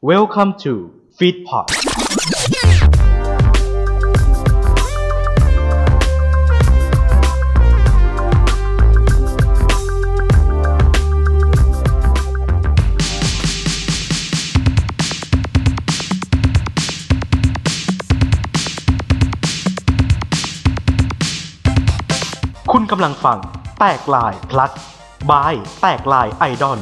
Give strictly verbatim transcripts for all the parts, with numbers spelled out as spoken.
Welcome to Feedpot คุณกำลังฟังแตกลาย plus by แตกลายไอดอล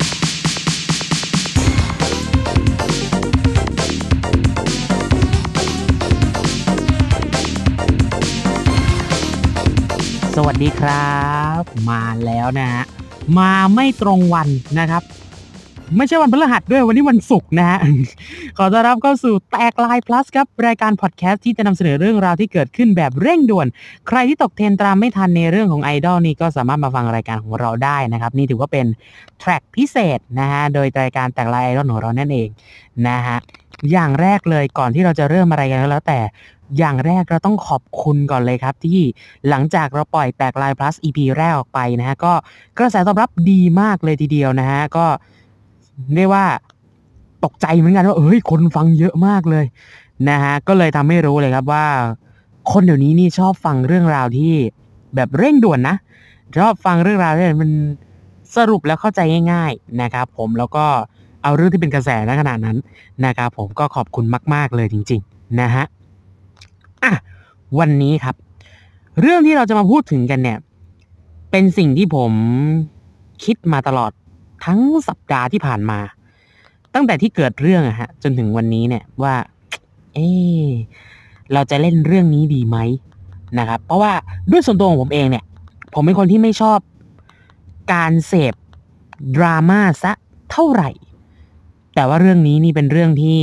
สวัสดีครับมาแล้วนะฮะมาไม่ตรงวันนะครับไม่ใช่วันพฤหัสด้วยวันนี้วันศุกร์นะฮะ ขอต้อนรับเข้าสู่แตกลาย plus ครับรายการพอดแคสต์ที่จะนำเสนอเรื่องราวที่เกิดขึ้นแบบเร่งด่วนใครที่ตกเทรนด์ตามไม่ทันในเรื่องของไอดอลนี่ก็สามารถมาฟังรายการของเราได้นะครับนี่ถือว่าเป็นแทร็กพิเศษนะฮะโดยรายการแตกลายไอดอลของเรานั่นเองนะฮะอย่างแรกเลยก่อนที่เราจะเริ่มอะไรกันแล้วแต่อย่างแรกเราต้องขอบคุณก่อนเลยครับที่หลังจากเราปล่อยแตกลาย plus อี พี แรกออกไปนะฮะก็กระแสตอบรับดีมากเลยทีเดียวนะฮะก็เรียกว่าตกใจเหมือนกันว่าเฮ้ยคนฟังเยอะมากเลยนะฮะก็เลยทำให้รู้เลยครับว่าคนเดี๋ยวนี้นี่ชอบฟังเรื่องราวที่แบบเร่งด่วนนะชอบฟังเรื่องราวที่มันสรุปแล้วเข้าใจง่ายๆนะครับผมแล้วก็เอาเรื่องที่เป็นกระแสณขนาดนั้นนะครับผมก็ขอบคุณมากๆเลยจริงๆนะฮะอ่ะวันนี้ครับเรื่องที่เราจะมาพูดถึงกันเนี่ยเป็นสิ่งที่ผมคิดมาตลอดทั้งสัปดาห์ที่ผ่านมาตั้งแต่ที่เกิดเรื่องอะฮะจนถึงวันนี้เนี่ยว่าเออเราจะเล่นเรื่องนี้ดีไหมนะครับเพราะว่าด้วยส่วนตัวของผมเองเนี่ยผมเป็นคนที่ไม่ชอบการเสพดราม่าซะเท่าไหร่แต่ว่าเรื่องนี้นี่เป็นเรื่องที่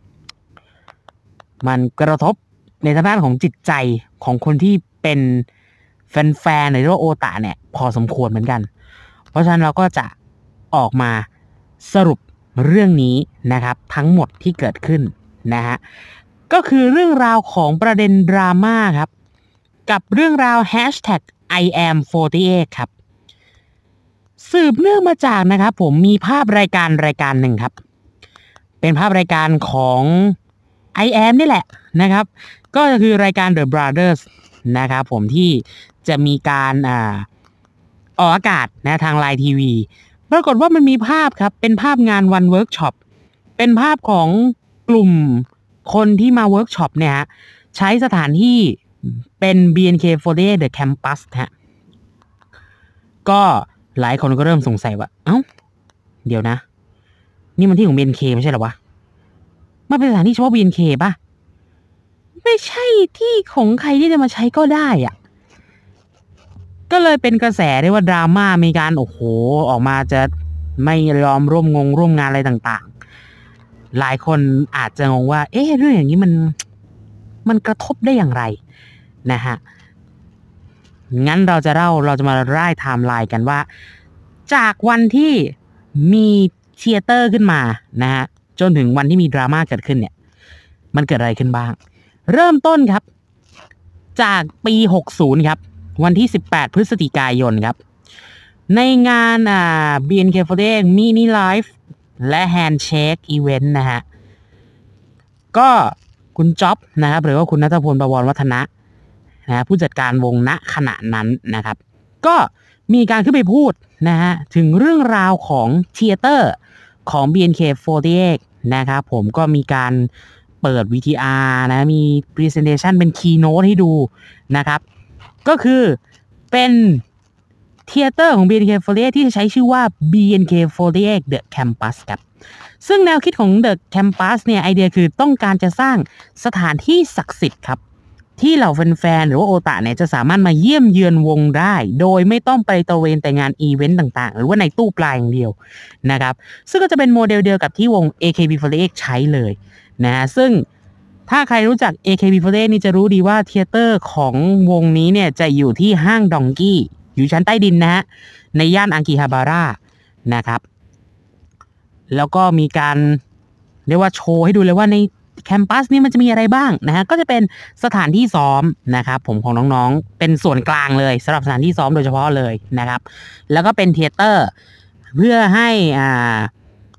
มันกระทบในทางด้านของจิตใจของคนที่เป็นแฟนๆหรือว่าโอตาเนี่ยพอสมควรเหมือนกันเพราะฉะนั้นเราก็จะออกมาสรุปเรื่องนี้นะครับทั้งหมดที่เกิดขึ้นนะฮะก็คือเรื่องราวของประเด็นดราม่าครับกับเรื่องราว แฮชแท็ก ไอ แอม โฟร์ตี้เอท ครับสืบเนื่องมาจากนะครับผมมีภาพรายการรายการหนึ่งครับเป็นภาพรายการของ ไอ แอม นี่แหละนะครับก็คือรายการ The Brothers นะครับผมที่จะมีการอ่าออกอากาศนะทาง ไลน์ ที วีปรากฏว่ามันมีภาพครับเป็นภาพงานวันเวิร์กช็อปเป็นภาพของกลุ่มคนที่มาเวิร์กช็อปเนี่ยฮะใช้สถานที่เป็น บี เอ็น เค โฟร์ตี้เอท The Campus ฮะก็หลายคนก็เริ่มสงสัยว่าเอ้าเดี๋ยวนะนี่มันที่ของ บี เอ็น เค ไม่ใช่เหรอวะมันเป็นสถานที่เฉพาะ บี เอ็น เค ป่ะไม่ใช่ที่ของใครที่จะมาใช้ก็ได้อ่ะก็เลยเป็นกระแสได้ว่าดราม่ามีการโอ้โหออกมาจะไม่ยอมร่วมงงร่วมงานอะไรต่างๆหลายคนอาจจะงงว่าเอ๊ะเรื่องอย่างนี้มันมันกระทบได้อย่างไรนะฮะงั้นเราจะเล่าเราจะมาไล่ไทม์ไลน์กันว่าจากวันที่มีเธียเตอร์ขึ้นมานะฮะจนถึงวันที่มีดราม่าเกิดขึ้นเนี่ยมันเกิดอะไรขึ้นบ้างเริ่มต้นครับจากปีหกสิบครับวันที่สิบแปดพฤศจิกายนครับในงานอ่า บี เอ็น เค โฟร์ตี้เอท Mini Live และ Handshake Event นะฮะก็คุณจ๊อบนะครับหรือว่าคุณณัฐพล ประวรวัฒนะนะฮะผู้จัดการวงณขณะนั้นนะครับก็มีการขึ้นไปพูดนะฮะถึงเรื่องราวของเธียเตอร์ของ บี เอ็น เค โฟร์ตี้เอท นะครับผมก็มีการเปิด วี ที อาร์ นะมี Presentation เป็น Keynote ให้ดูนะครับก็คือเป็นเธียเตอร์ของ บี เอ็น เค โฟร์ตี้เอท ที่ใช้ชื่อว่า บี เอ็น เค โฟร์ตี้เอท The Campus ครับซึ่งแนวคิดของ The Campus เนี่ยไอเดียคือต้องการจะสร้างสถานที่ศักดิ์สิทธิ์ครับที่เหล่าแฟนๆหรือว่าโอตาเนี่ยจะสามารถมาเยี่ยมเยือนวงได้โดยไม่ต้องไปตระเวนแต่งานอีเวนต์ต่างๆหรือว่าในตู้ปลาอย่างเดียวนะครับซึ่งก็จะเป็นโมเดลเดียวกับที่วง เอ เค บี โฟร์ตี้เอท ใช้เลยนะฮะซึ่งถ้าใครรู้จัก เอ เค บี โฟร์ตี้เอท นี่จะรู้ดีว่าเธียเตอร์ของวงนี้เนี่ยจะอยู่ที่ห้างดองกี้อยู่ชั้นใต้ดินนะฮะในย่านอังกิฮาบาระนะครับแล้วก็มีการเรียกว่าโชว์ให้ดูเลยว่าในแคมปัสนี่มันจะมีอะไรบ้างนะฮะก็จะเป็นสถานที่ซ้อมนะครับผมของน้องๆเป็นส่วนกลางเลยสำหรับสถานที่ซ้อมโดยเฉพาะเลยนะครับแล้วก็เป็นเธียเตอร์เพื่อให้อ่า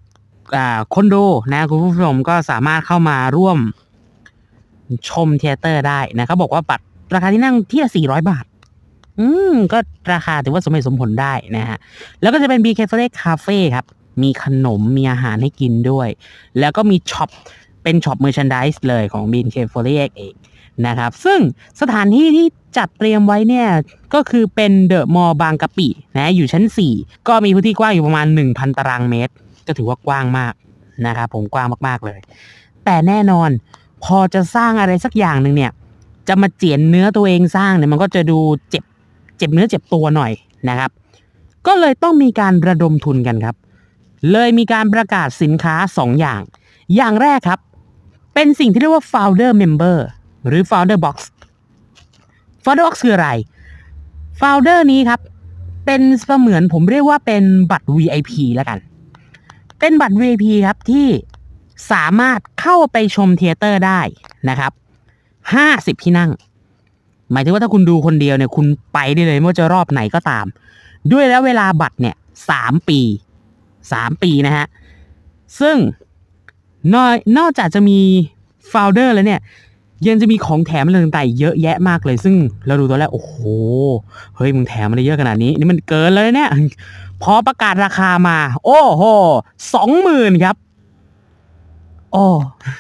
อ่าคนดูนะคุณผู้ชมก็สามารถเข้ามาร่วมชมเธียเตอร์ได้นะเขาบอกว่าบัตรราคาที่นั่งที่ละสี่ร้อยบาทอืมก็ราคาถือว่าสมเหตุสมผลได้นะฮะแล้วก็จะเป็น บี เค Forest Cafe ครับมีขนมมีอาหารให้กินด้วยแล้วก็มีช็อปเป็นช็อปเมอร์แชนไดส์เลยของ บี เค Forest เองนะครับซึ่งสถานที่ที่จัดเตรียมไว้เนี่ยก็คือเป็นเดอะมอลล์บางกะปินะอยู่ชั้นสี่ก็มีพื้นที่กว้างอยู่ประมาณ หนึ่งพัน ตารางเมตรก็ถือว่ากว้างมากนะครับผมกว้างมากๆเลยแต่แน่นอนพอจะสร้างอะไรสักอย่างหนึ่งเนี่ยจะมาเจียนเนื้อตัวเองสร้างเนี่ยมันก็จะดูเจ็บเจ็บเนื้อเจ็บตัวหน่อยนะครับก็เลยต้องมีการระดมทุนกันครับเลยมีการประกาศสินค้าสองอย่างอย่างแรกครับเป็นสิ่งที่เรียกว่า Founder Member หรือ Founder Box Founder Box คืออะไร Founder นี้ครับเป็นเสมือนผมเรียกว่าเป็นบัตร วี ไอ พี แล้วกันเป็นบัตร วี ไอ พี ครับที่สามารถเข้าไปชมเธียเตอร์ได้นะครับห้าสิบที่นั่งหมายถึงว่าถ้าคุณดูคนเดียวเนี่ยคุณไปได้เลยไม่ว่าจะรอบไหนก็ตามด้วยแล้วเวลาบัตรเนี่ยสามปีสามปีนะฮะซึ่งนอกนอกจากจะมีโฟลเดอร์แล้วเนี่ยยังจะมีของแถมอะไรต่างๆเยอะแยะมากเลยซึ่งเราดูตอนแรกโอ้โหเฮ้ยมึงแถมอะไรเยอะขนาดนี้นี่มันเกินเลยเนี่ยพอประกาศราคามาโอ้โหสองหมื่นครับโอ้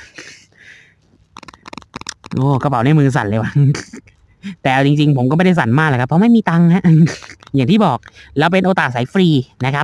โอ้กระเป๋าในมือสั่นเลยว่ะแต่จริงๆผมก็ไม่ได้สั่นมากเลยครับเพราะไม่มีตังค์ฮะอย่างที่บอกเราเป็นโอตาสายฟรีนะครับ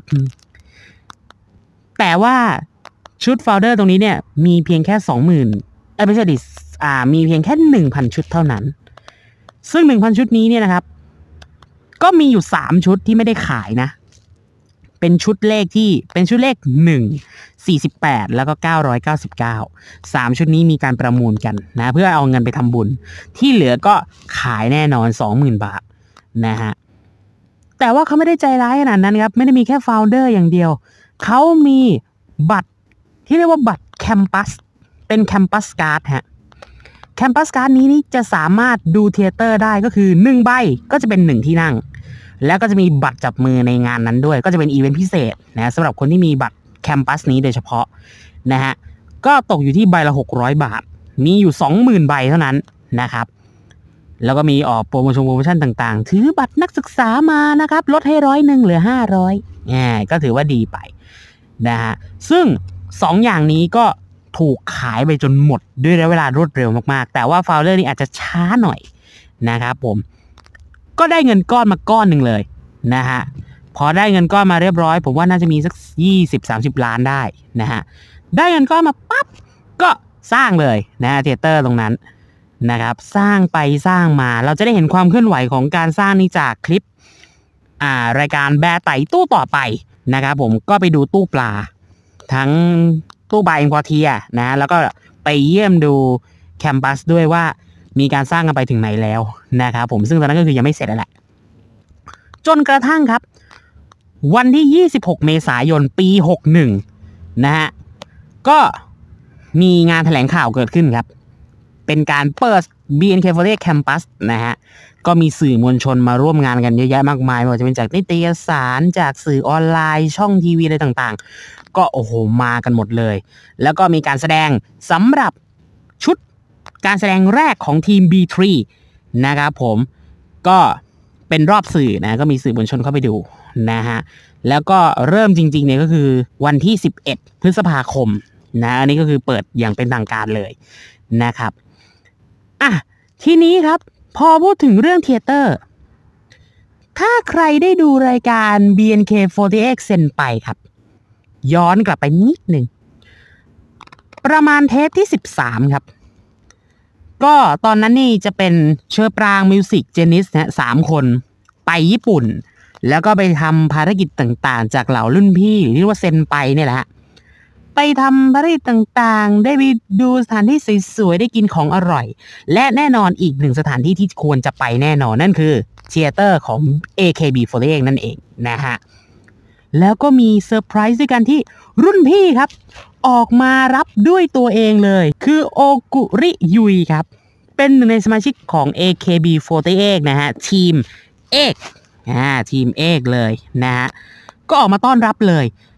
แต่ว่าชุดโฟลเดอร์ตรงนี้เนี่ยมีเพียงแค่สองหมื่นเอ้ยไม่ใช่ดิอ่ามีเพียงแค่ หนึ่งพัน ชุดเท่านั้นซึ่ง หนึ่งพัน ชุดนี้เนี่ยนะครับก็มีอยู่สามชุดที่ไม่ได้ขายนะเป็นชุดเลขที่เป็นชุดเลขหนึ่ง สี่สิบแปดแล้วก็เก้าร้อยเก้าสิบเก้าสามชุดนี้มีการประมูลกันนะเพื่อเอาเงินไปทำบุญที่เหลือก็ขายแน่นอน สองหมื่น บาทนะฮะแต่ว่าเขาไม่ได้ใจร้ายขนาดนั้นครับไม่ได้มีแค่โฟลเดอร์อย่างเดียวเขามีบัตรที่เรียกว่าบัตรแคมปัสเป็นแคมปัสการ์ดฮะแคมปัสการ์ดนี้นี่จะสามารถดูเธียเตอร์ได้ก็คือหนึ่งใบก็จะเป็นหนึ่งที่นั่งแล้วก็จะมีบัตรจับมือในงานนั้นด้วยก็จะเป็นอีเวนต์พิเศษนะสำหรับคนที่มีบัตรแคมปัสนี้โดยเฉพาะนะฮะก็ตกอยู่ที่ใบละหกร้อยบาทมีอยู่ สองหมื่น ใบเท่านั้นนะครับแล้วก็มีออกโปรโมชั่นโปรโมชั่นต่างๆถือบัตรนักศึกษามานะครับลดให้ร้อยหนึ่งเหลือห้าร้อยแหมก็ถือว่าดีไปนะฮะซึ่งสองอย่างนี้ก็ถูกขายไปจนหมดด้วยระยะเวลารวดเร็วมากๆแต่ว่าโฟลเดอร์นี่อาจจะช้าหน่อยนะครับผมก็ได้เงินก้อนมาก้อนหนึ่งเลยนะฮะพอได้เงินก้อนมาเรียบร้อยผมว่าน่าจะมีสัก ยี่สิบถึงสามสิบ ล้านได้นะฮะได้เงินก้อนมาปั๊บก็สร้างเลยนะเธียเตอร์ตรงนั้นนะครับสร้างไปสร้างมาเราจะได้เห็นความเคลื่อนไหวของการสร้างนี้จากคลิปอ่ารายการแบร์ไต่ตู้ต่อไปนะครับผมก็ไปดูตู้ปลาทั้งตู้ปลาเอ็มควอเทียนะแล้วก็ไปเยี่ยมดูแคมปัสด้วยว่ามีการสร้างกันไปถึงไหนแล้วนะครับผมซึ่งตอนนั้นก็คือยังไม่เสร็จแล้วแหละจนกระทั่งครับวันที่ยี่สิบหกเมษายนปีหกสิบเอ็ดนะฮะก็มีงานแถลงข่าวเกิดขึ้นครับเป็นการเปิด บี เอ็น เค Forest Campus นะฮะก็มีสื่อมวลชนมาร่วมงานกันเยอะแยะมากมายไม่ว่าจะเป็นจากนิตยสารจากสื่อออนไลน์ช่องทีวีอะไรต่างๆก็โอ้โหมากันหมดเลยแล้วก็มีการแสดงสำหรับชุดการแสดงแรกของทีม บี ทรี นะครับผมก็เป็นรอบสื่อนะก็มีสื่อมวลชนเข้าไปดูนะฮะแล้วก็เริ่มจริงๆเนี่ยก็คือวันที่สิบเอ็ดพฤษภาคมนะอันนี้ก็คือเปิดอย่างเป็นทางการเลยนะครับอ่ะทีนี้ครับพอพูดถึงเรื่องเธียเตอร์ถ้าใครได้ดูรายการ บี เอ็น เค สี่สิบแปด เซนไปครับย้อนกลับไปนิดหนึ่งประมาณเทปที่สิบสามครับก็ตอนนั้นนี่จะเป็นเชอร์ปรางมิวสิกเจนิสนะสามคนไปญี่ปุ่นแล้วก็ไปทำภารกิจต่างๆจากเหล่ารุ่นพี่หรือเรียกว่าเซนไปเนี่ยแหละไปทำภารกิจต่างๆได้ไปดูสถานที่สวยๆได้กินของอร่อยและแน่นอนอีกหนึ่งสถานที่ที่ควรจะไปแน่นอนนั่นคือเธียเตอร์ของ เอ เค บี สี่สิบแปด นั่นเองนะฮะแล้วก็มีเซอร์ไพรส์ด้วยกันที่รุ่นพี่ครับออกมารับด้วยตัวเองเลยคือโอกุริยุยครับเป็นหนึ่งในสมาชิกของ เอ เค บี สี่สิบแปด นะฮะทีมเอกอ่าทีมเอกเลยนะฮะก็ออกมาต้อนรับเลย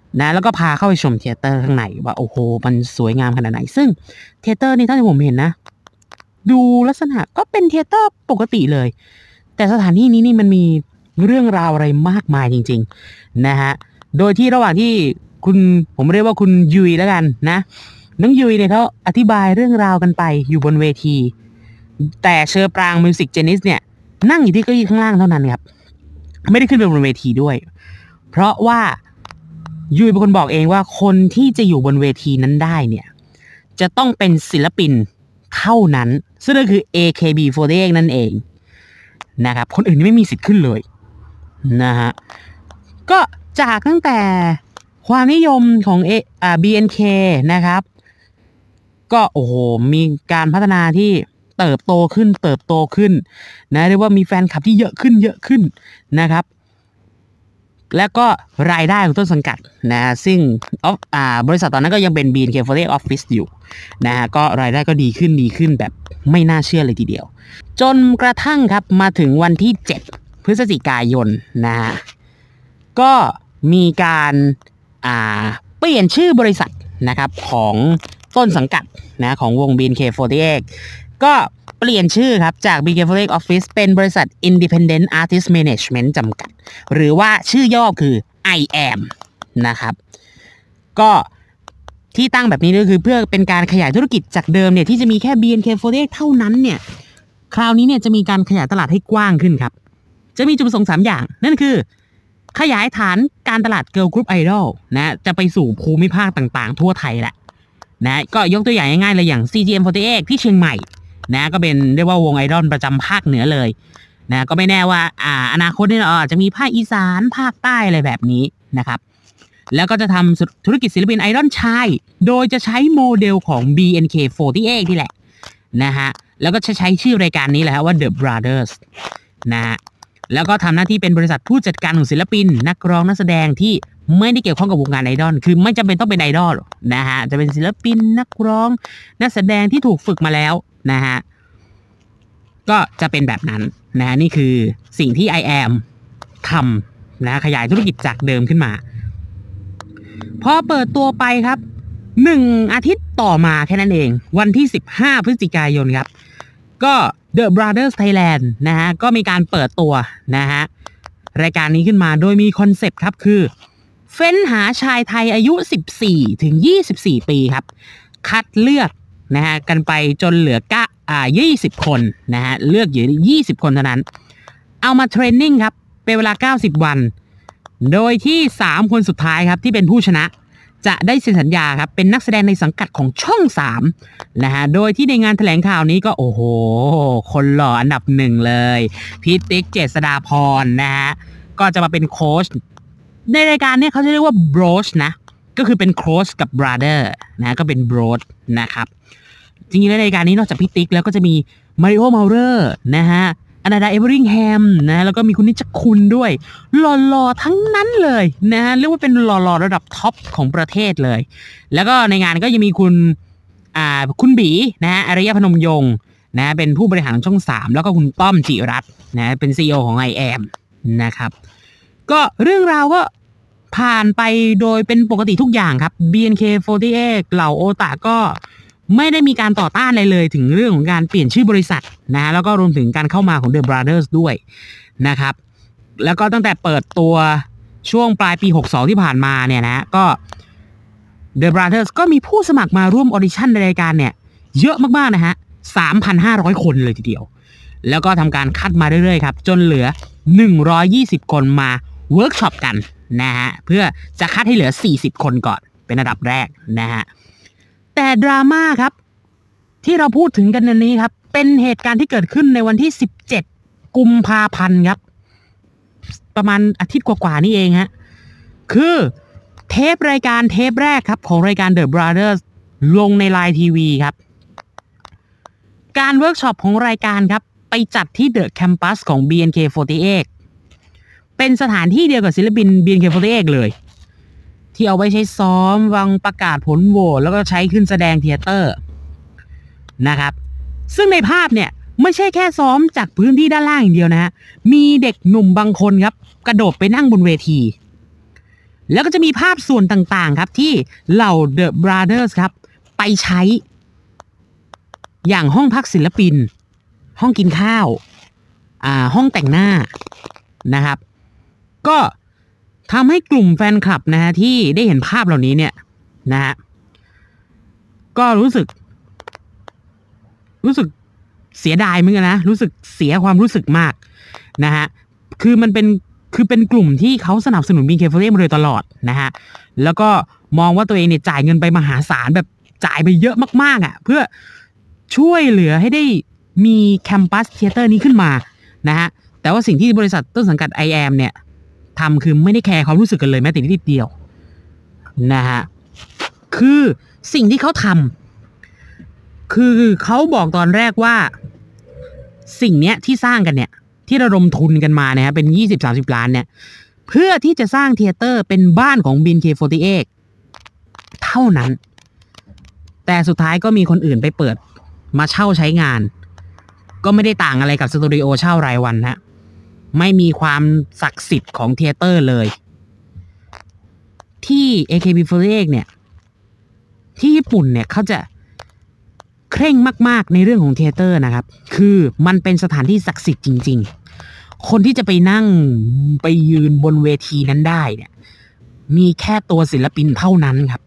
นะแล้วก็พาเข้าไปชมเธียเตอร์ข้างในว่าโอ้โหมันสวยงามขนาดไหนซึ่งเธียเตอร์นี่ถ้าที่ผมเห็นนะดูลักษณะก็เป็นเธียเตอร์ปกติเลยแต่สถานที่นี้นี่มันมีเรื่องราวอะไรมากมายจริงๆนะฮะโดยที่ระหว่างที่คุณผมเรียกว่าคุณยุยแล้วกันนะน้องยุยเนี่ยเขาอธิบายเรื่องราวกันไปอยู่บนเวทีแต่เชอปรางมิวสิกเจนิสเนี่ยนั่งอยู่ที่เก้าอี้ข้างล่างเท่านั้นครับไม่ได้ขึ้นไปบนเวทีด้วยเพราะว่ายุยเป็นคนบอกเองว่าคนที่จะอยู่บนเวทีนั้นได้เนี่ยจะต้องเป็นศิลปินเท่านั้นซึ่งก็คือ เอ เค บี สี่สิบแปด นั่นเองนะครับคนอื่นไม่มีสิทธิ์ขึ้นเลยนะฮะก็จากตั้งแต่ความนิยมของเออ่า บี เอ็น เค นะครับก็โอ้โหมีการพัฒนาที่เติบโตขึ้นเติบโตขึ้นนะเรียกว่ามีแฟนคลับที่เยอะขึ้นเยอะขึ้นนะครับแล้วก็รายได้ของต้นสังกัดนะซึ่งอ่าบริษัทตอนนั้นก็ยังเป็น บี เอ็น เค สี่สิบแปด Office อยู่นะฮะก็รายได้ก็ดีขึ้นดีขึ้นแบบไม่น่าเชื่อเลยทีเดียวจนกระทั่งครับมาถึงวันที่เจ็ดพฤศจิกายนนะฮะก็มีการอ่าเปลี่ยนชื่อบริษัทนะครับของต้นสังกัดนะของวง บี เอ็น เค สี่สิบแปด ก็เปลี่ยนชื่อครับจาก บี เอ็น เค สี่สิบแปด Office เป็นบริษัท Independent Artist Management จำกัดหรือว่าชื่อย่อคือ ไอ แอม นะครับก็ที่ตั้งแบบนี้ก็คือเพื่อเป็นการขยายธุรกิจจากเดิมเนี่ยที่จะมีแค่ บี เอ็น เค สี่สิบแปด เท่านั้นเนี่ยคราวนี้เนี่ยจะมีการขยายตลาดให้กว้างขึ้นครับจะมีจุดประสงค์สามอย่างนั่นคือขยายฐานการตลาด Girl Group Idol นะจะไปสู่ภูมิภาคต่างๆทั่วไทยแหละนะก็ยกตัวอย่างง่ายๆเลยอย่าง ซี จี เอ็ม สี่สิบแปด ที่เชียงใหม่นะก็เป็นเรียกว่าวงไอดอลประจำภาคเหนือเลยนะก็ไม่แน่ว่าอ่าอนาคตเนี่ยอาจจะมีภาคอีสานภาคใต้อะไรแบบนี้นะครับแล้วก็จะทำธุรกิจศิลปินไอดอลชายโดยจะใช้โมเดลของ บี เอ็น เค สี่สิบแปด ที่แหละนะฮะแล้วก็จะใช้ชื่อรายการนี้แหละฮะว่า The Brothers นะฮะแล้วก็ทำหน้าที่เป็นบริษัทผู้จัดการของศิลปินนักร้องนักแสดงที่ไม่ได้เกี่ยวข้องกับวงการไอดอลคือไม่จำเป็นต้องเป็นไอดอลนะฮะจะเป็นศิลปินนักร้องนักแสดงที่ถูกฝึกมาแล้วนะฮะก็จะเป็นแบบนั้นนะนี่คือสิ่งที่ ไอ แอม ทำนะขยายธุรกิจจากเดิมขึ้นมาพอเปิดตัวไปครับหนึ่งอาทิตย์ต่อมาแค่นั้นเองวันที่สิบห้าพฤศจิกายนครับก็ The Brothers Thailand นะฮะก็มีการเปิดตัวนะฮะรายการนี้ขึ้นมาโดยมีคอนเซปต์ครับคือเฟ้นหาชายไทยอายุสิบสี่ถึงยี่สิบสี่ปีครับคัดเลือกนะฮะกันไปจนเหลือก้าอ่ายี่สิบคนนะฮะเลือกอยู่ยี่สิบคนเท่านั้นเอามาเทรนนิ่งครับเป็นเวลาเก้าสิบวันโดยที่สามคนสุดท้ายครับที่เป็นผู้ชนะจะได้เซ็นสัญญาครับเป็นนักแสดงในสังกัดของช่องสามนะฮะโดยที่ในงานแถลงข่าวนี้ก็โอ้โหคนหล่ออันดับหนึ่งเลยพี่ติ๊กเจษฎาพรนะฮะก็จะมาเป็นโค้ชในรายการนี้เขาจะเรียกว่าโบรชนะก็คือเป็นโค้ชกับบราเดอร์นะก็เป็นโบรชนะครับจริงๆในรายการนี้นอกจากพี่ติ๊กแล้วก็จะมีมาริโอเมาเลอร์นะฮะอนาดาเอเวอริงแฮมนะแล้วก็มีคุณนิชคุณด้วยหล่อๆทั้งนั้นเลยนะฮะเรียกว่าเป็นหล่อๆระดับท็อปของประเทศเลยแล้วก็ในงานก็ยังมีคุณอ่าคุณบีนะฮะอารยพนมยงค์นะเป็นผู้บริหารช่องสามแล้วก็คุณต้อมจิรัตน์นะเป็น ซี อี โอ ของ ไอ แอม นะครับก็เรื่องราวก็ผ่านไปโดยเป็นปกติทุกอย่างครับ บี เอ็น เค สี่สิบแปด เหล่าโอตาก็ไม่ได้มีการต่อต้านอะไรเลยถึงเรื่องของการเปลี่ยนชื่อบริษัทนะแล้วก็รวมถึงการเข้ามาของ The Brothers ด้วยนะครับแล้วก็ตั้งแต่เปิดตัวช่วงปลายปีหกสิบสองที่ผ่านมาเนี่ยนะก็ The Brothers ก็มีผู้สมัครมาร่วมออดิชั่นในรายการเนี่ยเยอะมากๆนะฮะ สามพันห้าร้อย คนเลยทีเดียวแล้วก็ทำการคัดมาเรื่อยๆครับจนเหลือหนึ่งร้อยยี่สิบคนมาเวิร์กช็อปกันนะฮะเพื่อจะคัดให้เหลือสี่สิบคนก่อนเป็นอันดับแรกนะฮะแต่ดราม่าครับที่เราพูดถึงกันในนี้ครับเป็นเหตุการณ์ที่เกิดขึ้นในวันที่สิบเจ็ดกุมภาพันธ์ครับประมาณอาทิตย์กว่าๆนี่เองฮะคือเทปรายการเทปแรกครับของรายการ The Brothers ลงใน ไลน์ ที วี ครับการเวิร์กช็อปของรายการครับไปจัดที่ The Campus ของ บี เอ็น เค สี่สิบแปด เป็นสถานที่เดียวกับศิลปิน บี เอ็น เค สี่สิบแปด เลยที่เอาไว้ใช้ซ้อมวางประกาศผลโหวตแล้วก็ใช้ขึ้นแสดงเธียเตอร์นะครับซึ่งในภาพเนี่ยไม่ใช่แค่ซ้อมจากพื้นที่ด้านล่างอย่างเดียวนะฮะมีเด็กหนุ่มบางคนครับกระโดดไปนั่งบนเวทีแล้วก็จะมีภาพส่วนต่างๆครับที่เหล่า The Brothers ครับไปใช้อย่างห้องพักศิลปินห้องกินข้าวอ่าห้องแต่งหน้านะครับก็ทำให้กลุ่มแฟนคลับนะฮะที่ได้เห็นภาพเหล่านี้เนี่ยนะฮะก็รู้สึกรู้สึกเสียดายเหมือนกันนะรู้สึกเสียความรู้สึกมากนะฮะคือมันเป็นคือเป็นกลุ่มที่เขาสนับสนุน บี เค สี่สิบเอ็ด มาโดยตลอดนะฮะแล้วก็มองว่าตัวเองเนี่ยจ่ายเงินไปมหาศาลแบบจ่ายไปเยอะมากๆอ่ะเพื่อช่วยเหลือให้ได้มีแคมปัสเธียเตอร์นี้ขึ้นมานะฮะแต่ว่าสิ่งที่บริษัทต้นสังกัด ไอ แอม เนี่ยทำคือไม่ได้แคร์ความรู้สึกกันเลยแม้แต่นิดเดียวนะฮะคือสิ่งที่เขาทำคือเขาบอกตอนแรกว่าสิ่งเนี้ยที่สร้างกันเนี่ยที่ระดมทุนกันมาเนี่ยเป็น ยี่สิบถึงสามสิบ ล้านเนี่ยเพื่อที่จะสร้างเธียเตอร์เป็นบ้านของ บี เค สี่สิบเอ็ด เท่านั้นแต่สุดท้ายก็มีคนอื่นไปเปิดมาเช่าใช้งานก็ไม่ได้ต่างอะไรกับสตูดิโอเช่ารายวันฮะไม่มีความศักดิ์สิทธิ์ของเธียเตอร์เลยที่ เอ เค บี สี่สิบเอ็ด เนี่ยที่ญี่ปุ่นเนี่ยเขาจะเคร่งมากๆในเรื่องของเธียเตอร์นะครับคือมันเป็นสถานที่ศักดิ์สิทธิ์จริงๆคนที่จะไปนั่งไปยืนบนเวทีนั้นได้เนี่ยมีแค่ตัวศิลปินเท่านั้นครับ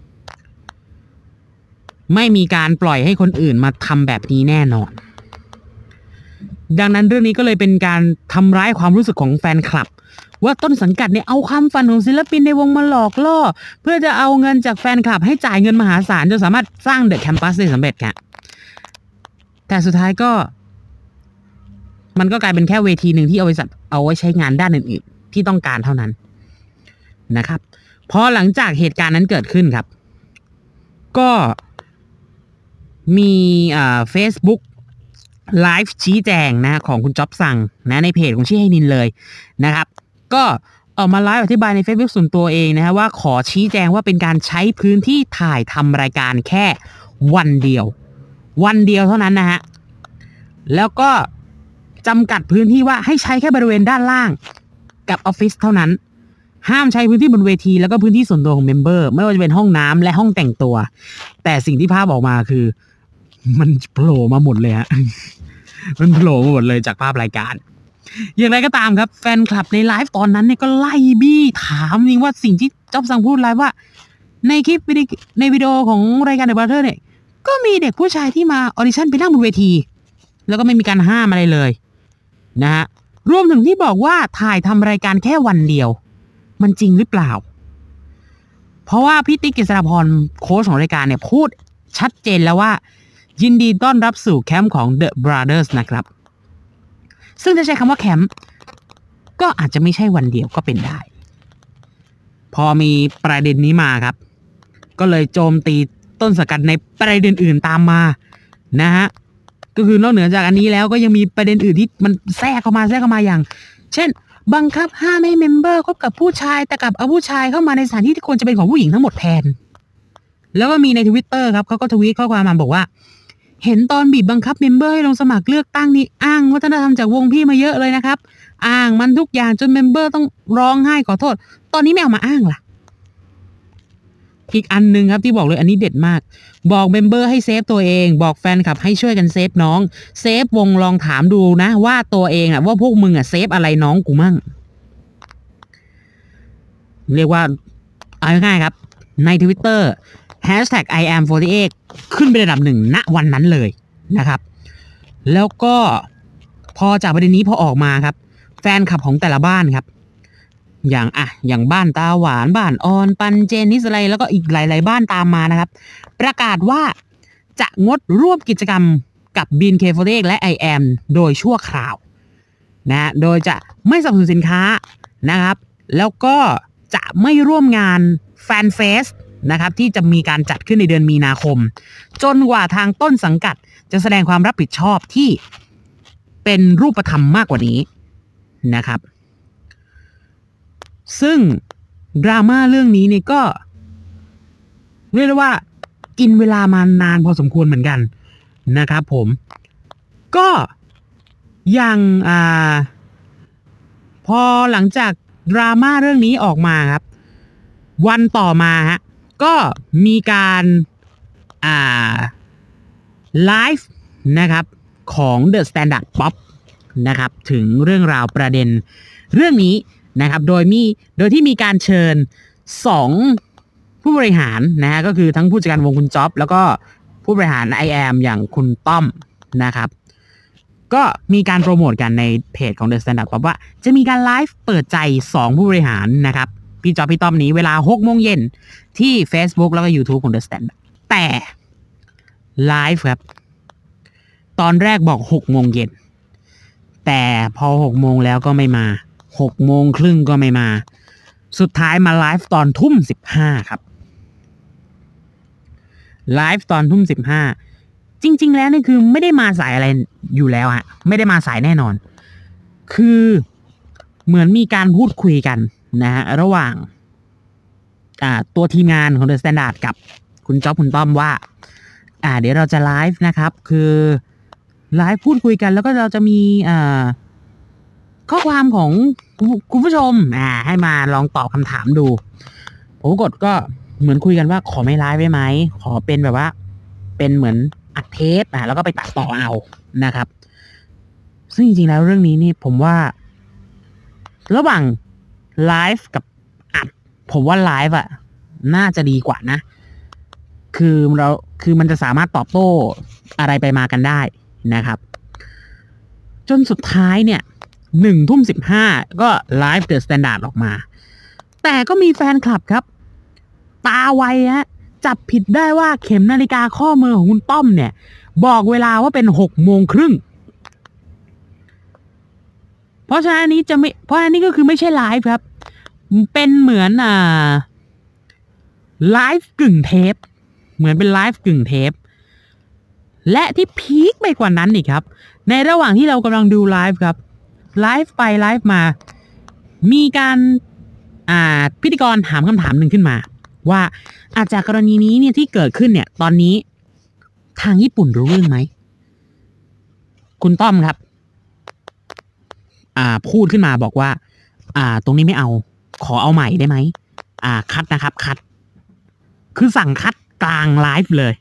ไม่มีการปล่อยให้คนอื่นมาทำแบบนี้แน่นอนดังนั้นเรื่องนี้ก็เลยเป็นการทำร้ายความรู้สึกของแฟนคลับว่าต้นสังกัดเนี่ยเอาความฝันของศิลปินในวงมาหลอกล่อเพื่อจะเอาเงินจากแฟนคลับให้จ่ายเงินมหาศาลจนสามารถสร้างเดอะแคมปัสได้สำเร็จครับแต่สุดท้ายก็มันก็กลายเป็นแค่เวทีหนึ่งที่เอาไว้เอาไว้ใช้งานด้านอื่นๆที่ต้องการเท่านั้นนะครับพอหลังจากเหตุการณ์นั้นเกิดขึ้นครับก็มีอ่า Facebook ไลฟ์ชี้แจงนะของคุณจ๊อบซังนะในเพจของชิไฮนินเลยนะครับก็ออกมาไลฟ์อธิบายใน Facebook ส่วนตัวเองนะฮะว่าขอชี้แจงว่าเป็นการใช้พื้นที่ถ่ายทำรายการแค่วันเดียววันเดียวเท่านั้นนะฮะแล้วก็จำกัดพื้นที่ว่าให้ใช้แค่บริเวณด้านล่างกับออฟฟิศเท่านั้นห้ามใช้พื้นที่บนเวทีแล้วก็พื้นที่ส่วนตัวของเมมเบอร์ไม่ว่าจะเป็นห้องน้ำและห้องแต่งตัวแต่สิ่งที่ภาพออกมาคือมันโผล่มาหมดเลยฮะ มันโผล่มาหมดเลยจากภาพรายการอย่างไรก็ตามครับแฟนคลับในไลฟ์ตอนนั้นเนี่ยก็ไล่บี้ถามจริงว่าสิ่งที่จ๊อบซังพูดไลฟ์ว่าในคลิปในวิดีโอของรายการ The Brother เนี่ยก็มีเด็กผู้ชายที่มาออดิชั่นไปนั่งบนเวทีแล้วก็ไม่มีการห้ามอะไรเลยนะฮะรวมถึงที่บอกว่าถ่ายทำรายการแค่วันเดียวมันจริงหรือเปล่าเพราะว่าพี่ติ๊ก กฤษณพรโค้ชของรายการเนี่ยพูดชัดเจนแล้วว่ายินดีต้อนรับสู่แคมป์ของ The Brothers นะครับซึ่งถ้าใช้คำว่าแคมป์ก็อาจจะไม่ใช่วันเดียวก็เป็นได้พอมีประเด็นนี้มาครับก็เลยโจมตีต้นสังกัดในประเด็นอื่นตามมานะฮะก็คือนอกเหนือจากอันนี้แล้วก็ยังมีประเด็นอื่นที่มันแทรกเข้ามาแทรกเข้ามาอย่างเช่นบังคับห้ามให้เมมเบอร์คบกับผู้ชายแต่กับเอาผู้ชายเข้ามาในสถานที่ที่ควรจะเป็นของผู้หญิงทั้งหมดแทนแล้วก็มีใน Twitter ครับเขาก็ทวีตข้อความมาบอกว่าเห็นตอนบีบบังคับเมมเบอร์ให้ลงสมัครเลือกตั้งนี่อ้างวัฒนธรรมจากวงพี่มาเยอะเลยนะครับอ้างมันทุกอย่างจนเมมเบอร์ต้องร้องไห้ขอโทษตอนนี้ไม่เอามาอ้างล่ะอีกอันนึงครับที่บอกเลยอันนี้เด็ดมากบอกเมมเบอร์ให้เซฟตัวเองบอกแฟนคลับให้ช่วยกันเซฟน้องเซฟวงลองถามดูนะว่าตัวเองอ่ะว่าพวกมึงอ่ะเซฟอะไรน้องกูมั่งเรียกว่าเอาง่ายๆครับใน Twitter แฮชแท็ก ไอ แอม โฟร์ตี้เอท ขึ้นเป็นระดับหนึ่งณวันนั้นเลยนะครับแล้วก็พอจากประเด็นนี้พอออกมาครับแฟนคลับของแต่ละบ้านครับอย่างอ่ะอย่างบ้านตาหวานบ้านออนปันเจนนิสอะไรแล้วก็อีกหลายๆบ้านตามมานะครับประกาศว่าจะงดร่วมกิจกรรมกับ บี เค สี่สิบเอ็ด และ ไอ แอม โดยชั่วคราวนะโดยจะไม่สนับสนุนสินค้านะครับแล้วก็จะไม่ร่วมงานแฟนเฟสนะครับที่จะมีการจัดขึ้นในเดือนมีนาคมจนกว่าทางต้นสังกัดจะแสดงความรับผิดชอบที่เป็นรูปธรรมมากกว่านี้นะครับซึ่งดราม่าเรื่องนี้เนี่ยก็เรียกได้ว่ากินเวลามานานพอสมควรเหมือนกันนะครับผมก็อย่างอ่าพอหลังจากดราม่าเรื่องนี้ออกมาครับวันต่อมาฮะก็มีการอ่าไลฟ์นะครับของ The Standard Pop นะครับถึงเรื่องราวประเด็นเรื่องนี้นะครับโดยมีโดยที่มีการเชิญสองผู้บริหารนะฮะก็คือทั้งผู้จัดการวงคุณจ๊อบแล้วก็ผู้บริหาร ไอ แอม อย่างคุณต้อมนะครับก็มีการโปรโมทกันในเพจของ The Standard Pop ว่าจะมีการไลฟ์เปิดใจสองผู้บริหารนะครับพี่จ๊อบพี่ต้อมนี้เวลา หกโมงเย็นที่ Facebook แล้วก็ YouTube ของ The Standard แต่ไลฟ์ครับตอนแรกบอกหกโมงเย็นแต่พอหกโมงแล้วก็ไม่มาหกโมงครึ่งก็ไม่มาสุดท้ายมาไลฟ์ตอนทุ่มสิบห้าครับไลฟ์ตอนทุ่มสิบห้าจริงๆแล้วนี่คือไม่ได้มาสายอะไรอยู่แล้วฮะไม่ได้มาสายแน่นอนคือเหมือนมีการพูดคุยกันนะฮะระหว่างอ่าตัวทีมงานของ The Standard กับคุณจ๊อบคุณต้อมว่าอ่าเดี๋ยวเราจะไลฟ์นะครับคือไลฟ์พูดคุยกันแล้วก็เราจะมีอ่าข้อความของคุณผู้ชมอ่าให้มาลองตอบคำถามดูผมกดก็เหมือนคุยกันว่าขอไม่ไลฟ์ได้ไหมขอเป็นแบบว่าเป็นเหมือนอัดเทปอ่ะแล้วก็ไปตัดต่อเอานะครับซึ่งจริงๆแล้วเรื่องนี้นี่ผมว่าระหว่างไลฟ์กับอัดผมว่าไลฟ์อ่ะน่าจะดีกว่านะคือเราคือมันจะสามารถตอบโต้อะไรไปมากันได้นะครับจนสุดท้ายเนี่ยหนึ่งทุ่มสิบห้าก็ไลฟ์เดอะสแตนดาร์ดออกมาแต่ก็มีแฟนคลับครับตาไวฮะจับผิดได้ว่าเข็มนาฬิกาข้อมือของคุณต้อมเนี่ยบอกเวลาว่าเป็นหกโมงครึ่งเพราะฉะนั้นอันนี้จะไม่เพราะอันนี้ก็คือไม่ใช่ไลฟ์ครับเป็นเหมือนอ่าไลฟ์กึ่งเทปเหมือนเป็นไลฟ์กึ่งเทปและที่พีคไปกว่านั้นอีกครับในระหว่างที่เรากำลังดูไลฟ์ครับไลฟ์ไปไลฟ์มามีการอ่าพิธีกรถามคำถามหนึ่งขึ้นมาว่าอาจจากกรณีนี้เนี่ยที่เกิดขึ้นเนี่ยตอนนี้ทางญี่ปุ่นรู้เรื่องไหมคุณต้อมครับอ่าพูดขึ้นมาบอกว่าอ่าตรงนี้ไม่เอาขอเอาใหม่ได้ไหมอ่าคัดนะครับคัดคือสั่งคัดกลางไลฟ์เลย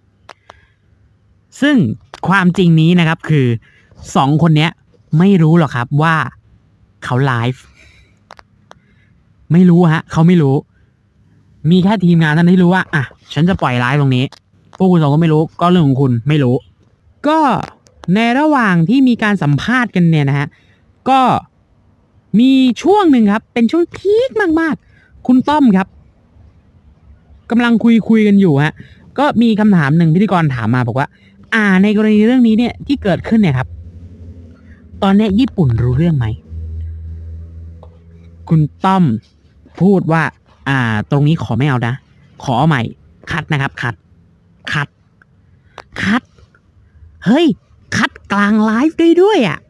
ซึ่งความจริงนี้นะครับคือสองคนเนี้ยไม่รู้หรอกครับว่าเขาไลฟ์ไม่รู้ฮะเขาไม่รู้มีแค่ทีมงานท่านที่รู้ว่าอ่ะฉันจะปล่อยไลฟ์ตรงนี้พวกคุณสองก็ไม่รู้ก็เรื่องของคุณไม่รู้ก็ในระหว่างที่มีการสัมภาษณ์กันเนี่ยนะฮะก็มีช่วงหนึ่งครับเป็นช่วงพีคมากๆคุณต้อมครับกำลังคุยคุยกันอยู่ฮะก็มีคำถามหนึ่งพิธีกรถามมาบอกว่าอ่าในกรณีเรื่องนี้เนี่ยที่เกิดขึ้นเนี่ยครับตอนนี้ญี่ปุ่นรู้เรื่องไหมคุณต้อมพูดว่าอ่าตรงนี้ขอไม่เอานะขอเอาใหม่คัดนะครับคัดคัดคัดเฮ้ยคัดกลางไลฟ์ได้ด้วยอ่ะ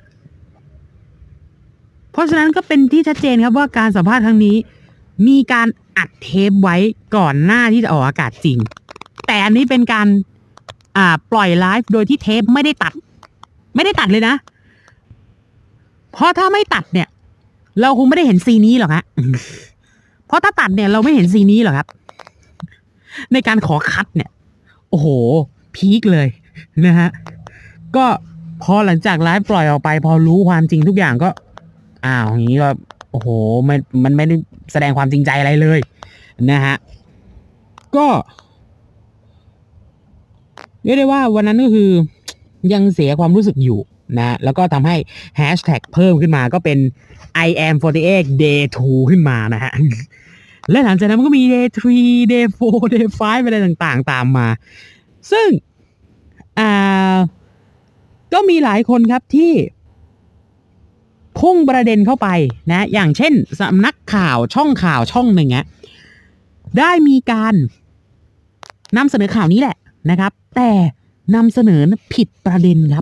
เพราะฉะนั้นก็เป็นที่ชัดเจนครับว่าการสัมภาษณ์ครั้งนี้มีการอัดเทปไว้ก่อนหน้าที่จะออกอากาศจริงแต่อันนี้เป็นการอ่าปล่อยไลฟ์โดยที่เทปไม่ได้ตัดไม่ได้ตัดเลยนะเพราะถ้าไม่ตัดเนี่ยเราคงไม่ได้เห็นซีนนี้หรอกฮะเพราะถ้าตัดเนี่ยเราไม่เห็นซีนนี้หรอกครับในการขอคัดเนี่ยโอ้โหพีคเลยนะฮะก็พอหลังจากไลฟ์ปล่อยออกไปพอรู้ความจริงทุกอย่างก็อ้าวอย่างนี้ก็โอ้โหมันมันไม่ได้แสดงความจริงใจอะไรเลยนะฮะก็เรียกได้ว่าวันนั้นก็คือยังเสียความรู้สึกอยู่นะแล้วก็ทำให้แฮชแท็กเพิ่มขึ้นมาก็เป็น ไอ แอม สี่สิบแปด day ทู ขึ้นมานะฮะและหลังจากนั้นมันก็มี day ทรี day โฟร์ day ไฟว์ อะไรต่างๆตามมาซึ่งอ่าก็มีหลายคนครับที่พุ่งประเด็นเข้าไปนะอย่างเช่นสำนักข่าวช่องข่าวช่องหนึ่งฮะได้มีการนำเสนอข่าวนี้แหละนะครับแต่นำเสนอผิดประเด็นครับ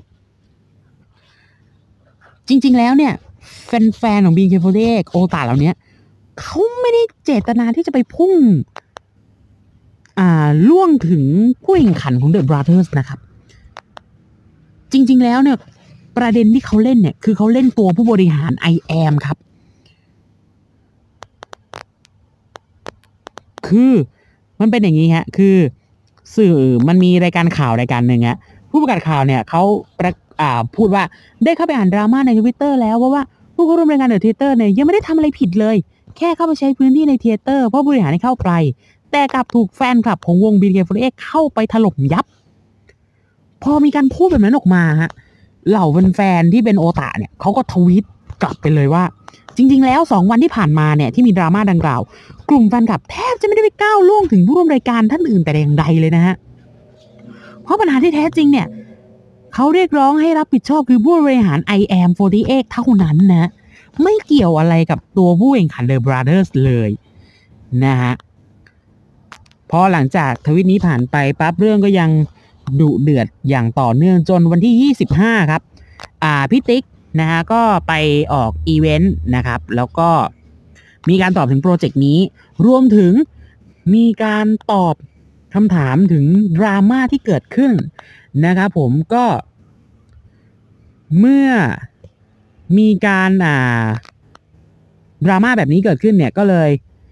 จริงๆแล้วเนี่ยแฟนๆของ บี เค สี่สิบแปด โอตาเหล่านี้เขาไม่ได้เจตนาที่จะไปพุ่งอ่าล่วงถึงผู้แข่งขันของ The Brothers นะครับจริงๆแล้วเนี่ยประเด็นที่เขาเล่นเนี่ยคือเขาเล่นตัวผู้บริหาร ไอ แอม ครับคือมันเป็นอย่างนี้ฮะคือสื่อมันมีรายการข่าวรายการหนึ่งฮะผู้ประกาศข่าวเนี่ยเขาประอ่าพูดว่าได้เข้าไปอ่านดราม่าใน Twitter แล้วเพราะว่าผู้เข้าร่วมรายการใน Twitter เนี่ยยังไม่ได้ทำอะไรผิดเลยแค่เข้าไปใช้พื้นที่ใน Twitter เพราะบริหารให้เข้าไปแต่กลับถูกแฟนคลับของวง บี ที เค สี่สิบแปด เข้าไปถล่มยับพอมีการพูดแบบนั้นออกมาฮะเหล่าแฟนๆที่เป็นโอตาเนี่ยเขาก็ทวีตกลับไปเลยว่าจริงๆแล้วสองวันที่ผ่านมาเนี่ยที่มีดราม่าดังกล่าวกลุ่มแฟนคลับแทบจะไม่ได้ไปก้าวล่วงถึงผู้ร่วมรายการท่านอื่นแต่อย่างใดเลยนะฮะเพราะปัญหาที่แท้จริงเนี่ยเขาเรียกร้องให้รับผิดชอบคือผู้บริหาร ไอ แอม สี่สิบแปด เท่านั้นนะไม่เกี่ยวอะไรกับตัวผู้แข่งขัน The Brothers เลยนะฮะพอหลังจากทวิตนี้ผ่านไปปั๊บเรื่องก็ยังดุเดือดอย่างต่อเนื่องจนวันที่ยี่สิบห้าครับอ่าพี่ติ๊กนะฮะก็ไปออกอีเวนต์นะครับแล้วก็มีการตอบถึงโปรเจกต์นี้รวมถึงมีการตอบคำถามถึงดราม่าที่เกิดขึ้นนะครับผมก็เมื่อมีการอ่าดราม่าแบบนี้เกิดขึ้นเนี่ยก็เลย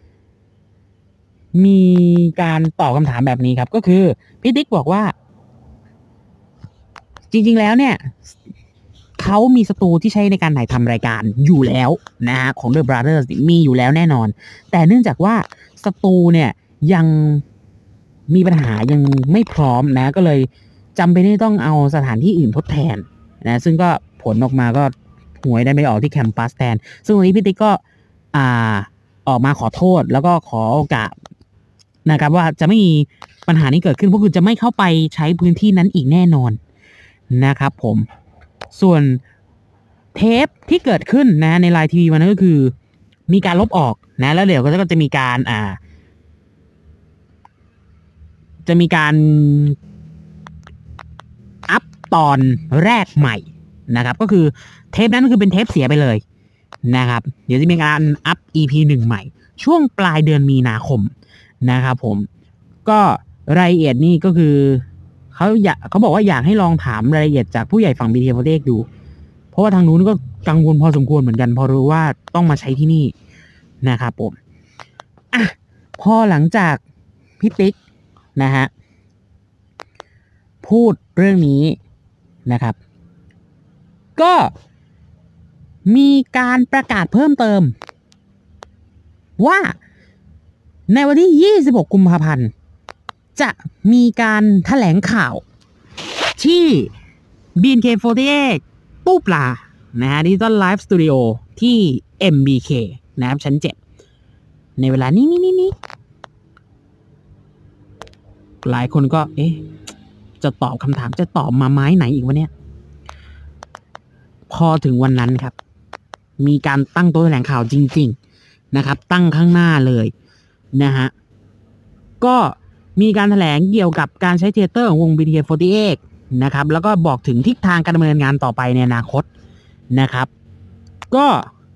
มีการตอบคำถามแบบนี้ครับก็คือพี่ติ๊กบอกว่าจริงๆแล้วเนี่ยเขามีสตูที่ใช้ในการถ่ายทำรายการอยู่แล้วนะฮะของ The Brothers มีอยู่แล้วแน่นอนแต่เนื่องจากว่าสตูเนี่ยยังมีปัญหายังไม่พร้อมนะก็เลยจำเป็นที่ต้องเอาสถานที่อื่นทดแทนนะซึ่งก็ผลออกมาก็หวยได้ไม่ออกที่แคมปัสแทนซึ่งวันนี้พี่ติ๊กก็อ่าออกมาขอโทษแล้วก็ขอโอกาสนะครับว่าจะไม่มีปัญหานี้เกิดขึ้นเพราะคือจะไม่เข้าไปใช้พื้นที่นั้นอีกแน่นอนนะครับผมส่วนเทปที่เกิดขึ้นนะในไลน์ทีวีวันนั้นก็คือมีการลบออกนะแล้วเดี๋ยวก็จะมีการอ่าจะมีการอัพตอนแรกใหม่นะครับก็คือเทปนั้นก็คือเป็นเทปเสียไปเลยนะครับเดี๋ยวจะมีการอัพ อี พี หนึ่งใหม่ช่วงปลายเดือนมีนาคมนะครับผมก็รายละเอียดนี่ก็คือเขาอยากเขาบอกว่าอยากให้ลองถามรายละเอียดจากผู้ใหญ่ฝั่ง บี ที เค สี่สิบแปด ดูเพราะว่าทางนู้นก็กังวลพอสมควรเหมือนกันพอรู้ว่าต้องมาใช้ที่นี่นะครับผมอ่ะพอหลังจากพี่ติ๊กนะฮะพูดเรื่องนี้นะครับก็มีการประกาศเพิ่มเติมว่าในวันที่ยี่สิบหกกุมภาพันธ์จะมีการแถลงข่าวที่ บี เอ็น เค สี่สิบแปด ตู้ปลานะฮะ Digital Live Studio ที่ เอ็ม บี เค นะครับชั้นเจ็ดในเวลานี้นี้นี้หลายคนก็เอ๊ะจะตอบคำถามจะตอบมาไม้ไหนอีกวะเนี่ยพอถึงวันนั้นครับมีการตั้งโต๊ะแถลงข่าวจริงๆนะครับตั้งข้างหน้าเลยนะฮะก็มีการแถลงเกี่ยวกับการใช้เทเตอร์ของวง บี ที เค สี่สิบแปดนะครับแล้วก็บอกถึงทิศทางการดำเนินงานต่อไปในอนาคตนะครับก็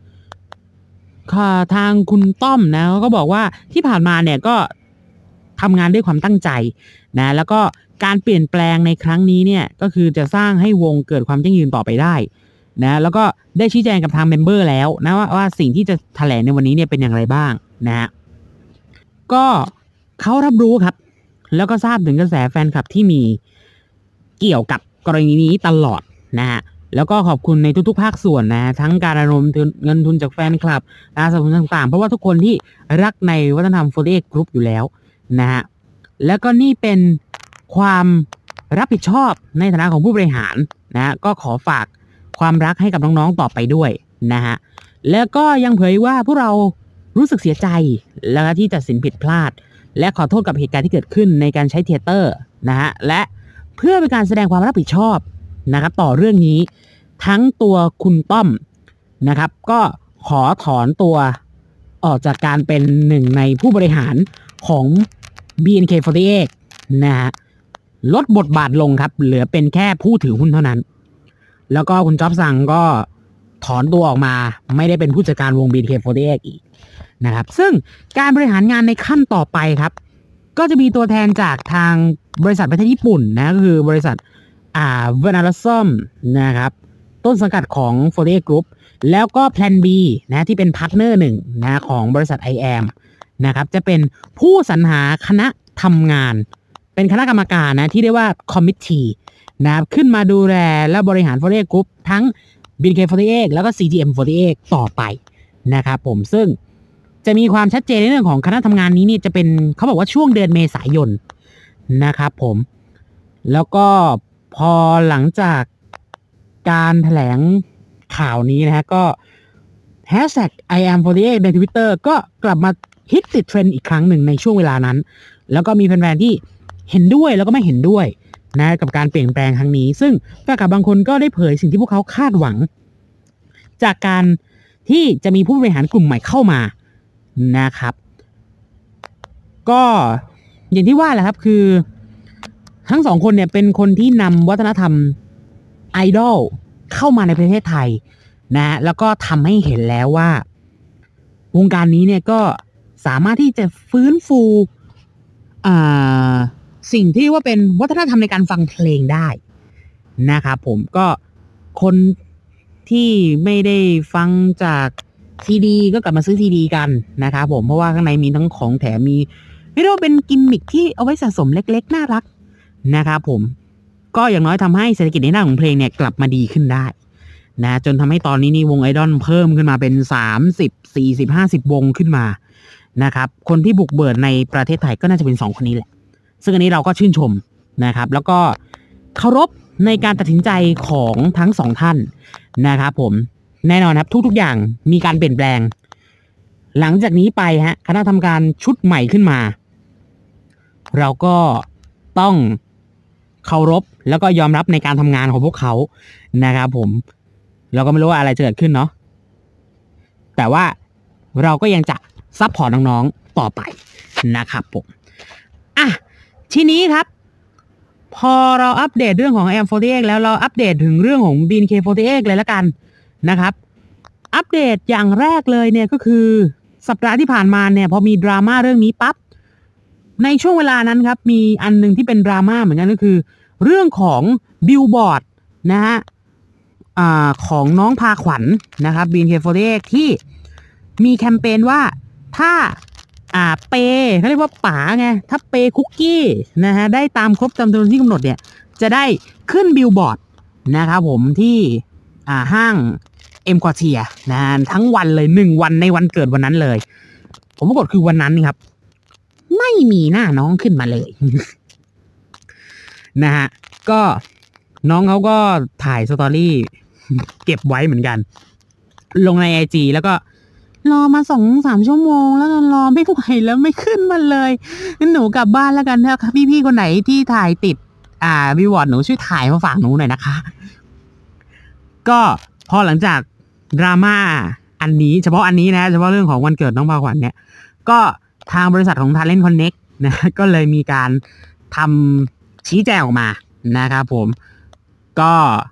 ทางคุณต้อมนะก็บอกว่าที่ผ่านมาเนี่ยก็ทำงานด้วยความตั้งใจนะแล้วก็การเปลี่ยนแปลงในครั้งนี้เนี่ยก็คือจะสร้างให้วงเกิดความยั่งยืนต่อไปได้นะแล้วก็ได้ชี้แจงกับทางเมมเบอร์แล้วนะว่าว่าสิ่งที่จะแถลงในวันนี้เนี่ยเป็นอย่างไรบ้างนะฮะก็เขารับรู้ครับแล้วก็ทราบถึงกระแสแฟนคลับที่มีเกี่ยวกับกรณีนี้ตลอดนะฮะแล้วก็ขอบคุณในทุกๆภาคส่วนนะทั้งการระดมเงินทุนจากแฟนคลับการสนับสนุนต่างๆเพราะว่าทุกคนที่รักในวัฒนธรรมสี่สิบแปด Group อยู่แล้วนะฮะแล้วก็นี่เป็นความรับผิดชอบในฐานะของผู้บริหารนะก็ขอฝากความรักให้กับน้องๆต่อไปด้วยนะฮะแล้วก็ยังเผยว่าพวกเรารู้สึกเสียใจแล้วที่ตัดสินผิดพลาดและขอโทษกับเหตุการณ์ที่เกิดขึ้นในการใช้เทเตอร์นะฮะและเพื่อเป็นการแสดงความรับผิดชอบนะครับต่อเรื่องนี้ทั้งตัวคุณต้อมนะครับก็ขอถอนตัวออกจากการเป็นหนึ่งในผู้บริหารของ บี เอ็น เค สี่สิบแปด นะฮะลดบทบาทลงครับเหลือเป็นแค่ผู้ถือหุ้นเท่านั้นแล้วก็คุณจ๊อบซังก็ถอนตัวออกมาไม่ได้เป็นผู้จัดการวง บี เอ็น เค สี่สิบแปด อีกนะครับซึ่งการบริหารงานในขั้นต่อไปครับก็จะมีตัวแทนจากทางบริษัทประเทศญี่ปุ่นนะก็คือบริษัทอ่า Venarism นะครับต้นสังกัดของสี่สิบแปด Group แล้วก็ Plan B นะที่เป็นพาร์ทเนอร์หนึ่งนะของบริษัท ไอ แอมนะครับจะเป็นผู้สรรหาคณะทำงานเป็นคณะกรรมการนะที่เรียกว่า committee นะครับขึ้นมาดูแลและบริหาร สี่สิบเอ็ด Group ทั้ง บี เค สี่สิบเอ็ด แล้วก็ ซี จี เอ็ม สี่สิบเอ็ด ต่อไปนะครับผมซึ่งจะมีความชัดเจนในเรื่องของคณะทำงานนี้เนี่ยจะเป็นเขาบอกว่าช่วงเดือนเมษายนนะครับผมแล้วก็พอหลังจากการแถลงข่าวนี้นะฮะก็ hashtag ไอ แอม สี่สิบเอ็ด ใน Twitter ก็กลับมาฮิตติดเทรนด์อีกครั้งหนึ่งในช่วงเวลานั้นแล้วก็มีแฟนๆที่เห็นด้วยแล้วก็ไม่เห็นด้วยนะกับการเปลี่ยนแปลงครั้งนี้ซึ่งแฟนคลับบางคนก็ได้เผยสิ่งที่พวกเขาคาดหวังจากการที่จะมีผู้บริหารกลุ่มใหม่เข้ามานะครับก็อย่างที่ว่าแหละครับคือทั้งสองคนเนี่ยเป็นคนที่นำวัฒนธรรมไอดอลเข้ามาในประเทศไทยนะแล้วก็ทำให้เห็นแล้วว่าวงการนี้เนี่ยก็สามารถที่จะฟื้นฟูอ่าสิ่งที่ว่าเป็นวัฒนธรรมในการฟังเพลงได้นะครับผมก็คนที่ไม่ได้ฟังจากซีดีก็กลับมาซื้อซีดีกันนะครับผมเพราะว่าข้างในมีทั้งของแถมมีเรียกว่าเป็นกิมมิคที่เอาไว้สะสมเล็กๆน่ารักนะครับผมก็อย่างน้อยทำให้เศรษฐกิจในด้านของเพลงเนี่ยกลับมาดีขึ้นได้นะจนทำให้ตอนนี้นี่วงไอดอลเพิ่มขึ้นมาเป็นสามสิบ สี่สิบ ห้าสิบวงขึ้นมานะครับคนที่บุกเบิกในประเทศไทยก็น่าจะเป็นสองคนนี้แหละซึ่งอันนี้เราก็ชื่นชมนะครับแล้วก็เคารพในการตัดสินใจของทั้งสองท่านนะครับผมแน่นอนครับทุกๆอย่างมีการเปลี่ยนแปลงหลังจากนี้ไปฮะคณะทำการชุดใหม่ขึ้นมาเราก็ต้องเคารพแล้วก็ยอมรับในการทำงานของพวกเขานะครับผมเราก็ไม่รู้ว่าอะไรจะเกิดขึ้นเนาะแต่ว่าเราก็ยังจะซัพพอร์ตน้องๆต่อไปนะครับผมอ่ะทีนี้ครับพอเราอัปเดตเรื่องของ ไอ แอม สี่สิบเอ็ด แล้วเราอัปเดตถึงเรื่องของ บี เค สี่สิบเอ็ด เลยละกันนะครับอัปเดตอย่างแรกเลยเนี่ยก็คือสัปดาห์ที่ผ่านมาเนี่ยพอมีดราม่าเรื่องนี้ปั๊บในช่วงเวลานั้นครับมีอันนึงที่เป็นดราม่าเหมือนกันก็คือเรื่องของบิลบอร์ดนะฮะอ่าของน้องพาขวัญ นะครับ บี เค สี่สิบเอ็ด ที่มีแคมเปญว่าถ้าอ่าเปเขาเรียกว่าป๋าไงถ้าเปคุกกี้นะฮะได้ตามครบจำนวนที่กำหนดเนี่ยจะได้ขึ้นบิลบอร์ดนะครับผมที่อ่าห้างเอ็มควอเทียนะทั้งวันเลยหนึ่งวันในวันเกิดวันนั้นเลยผมปรากฏคือวันนั้นครับไม่มีหน้าน้องขึ้นมาเลย นะฮะก็น้องเขาก็ถ่ายสตอรี่เก็บไว้เหมือนกันลงใน ไอ จี แล้วก็รอมาสองสามชั่วโมงแล้วกันรอไม่ไหวแล้วไม่ขึ้นมาเลยงั้นหนูกลับบ้านแล้วกันนะคะพี่ๆคนไหนที่ถ่ายติดอ่าวิวอร์ดหนูช่วยถ่ายมาฝากหนูหน่อยนะคะก็พอหลังจากดราม่าอันนี้เฉพาะอันนี้นะเฉพาะเรื่องของวันเกิดน้องพาขวัญเนี่ยก็ทางบริษัทของ Talent Connect นะก็เลยมีการทำชี้แจงออกมานะครับผมก็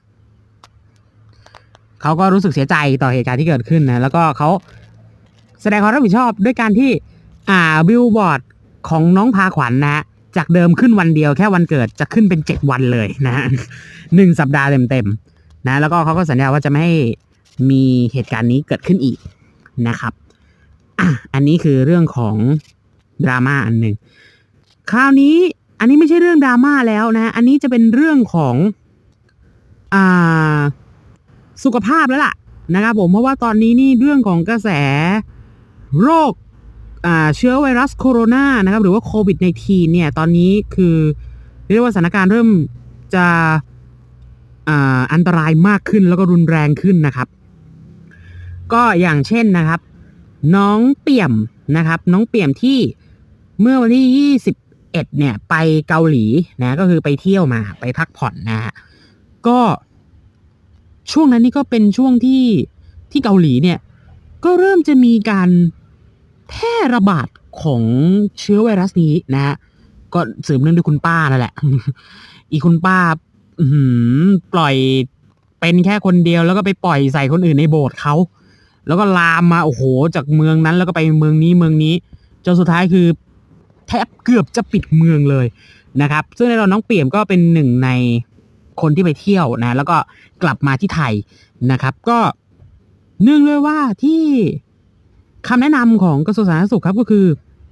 เขาก็รู้สึกเสียใจต่อเหตุการณ์ที่เกิดขึ้นนะแล้วก็เขาแสดงความรับผิดชอบด้วยการที่อ่าบิลบอร์ดของน้องพาขวัญ นะฮะจากเดิมขึ้นวันเดียวแค่วันเกิดจะขึ้นเป็นเจ็ดวันเลยนะฮะหนึ่งสัปดาห์เต็มๆนะแล้วก็เขาก็สัญญาว่าจะไม่ให้มีเหตุการณ์นี้เกิดขึ้นอีกนะครับอ่ะอันนี้คือเรื่องของดราม่าอันหนึ่งคราวนี้อันนี้ไม่ใช่เรื่องดราม่าแล้วนะอันนี้จะเป็นเรื่องของอ่าสุขภาพแล้วล่ะนะครับผมเพราะว่าตอนนี้นี่เรื่องของกระแสโรคอ่าเชื้อไวรัสโคโรนานะครับหรือว่าโควิด สิบเก้า เนี่ยตอนนี้คือเรียกว่าสถานการณ์เริ่มจะอ่าอันตรายมากขึ้นแล้วก็รุนแรงขึ้นนะครับก็อย่างเช่นนะครับน้องเปี่ยมนะครับน้องเปี่ยมที่เมื่อวันที่ยี่สิบเอ็ดเนี่ยไปเกาหลีนะก็คือไปเที่ยวมาไปพักผ่อนนะฮะก็ช่วงนั้นนี่ก็เป็นช่วงที่ที่เกาหลีเนี่ยก็เริ่มจะมีการแพร่ระบาดของเชื้อไวรัสนี้นะฮะก็สืบเนื่องด้วยคุณป้านั่นแหละ อีคุณป้าอื้อหือปล่อยเป็นแค่คนเดียวแล้วก็ไปปล่อยใส่คนอื่นในโบสถ์เขาแล้วก็ลามมาโอ้โหจากเมืองนั้นแล้วก็ไปเมืองนี้เมืองนี้จนสุดท้ายคือแทบเกือบจะปิดเมืองเลยนะครับซึ่งในตอนน้องเปี่ยมก็เป็นหนึ่งในคนที่ไปเที่ยวนะแล้วก็กลับมาที่ไทยนะครับก็เนื่องด้วยว่าที่คำแนะนำของกระทรวงสาธารณสุขครับก็คือ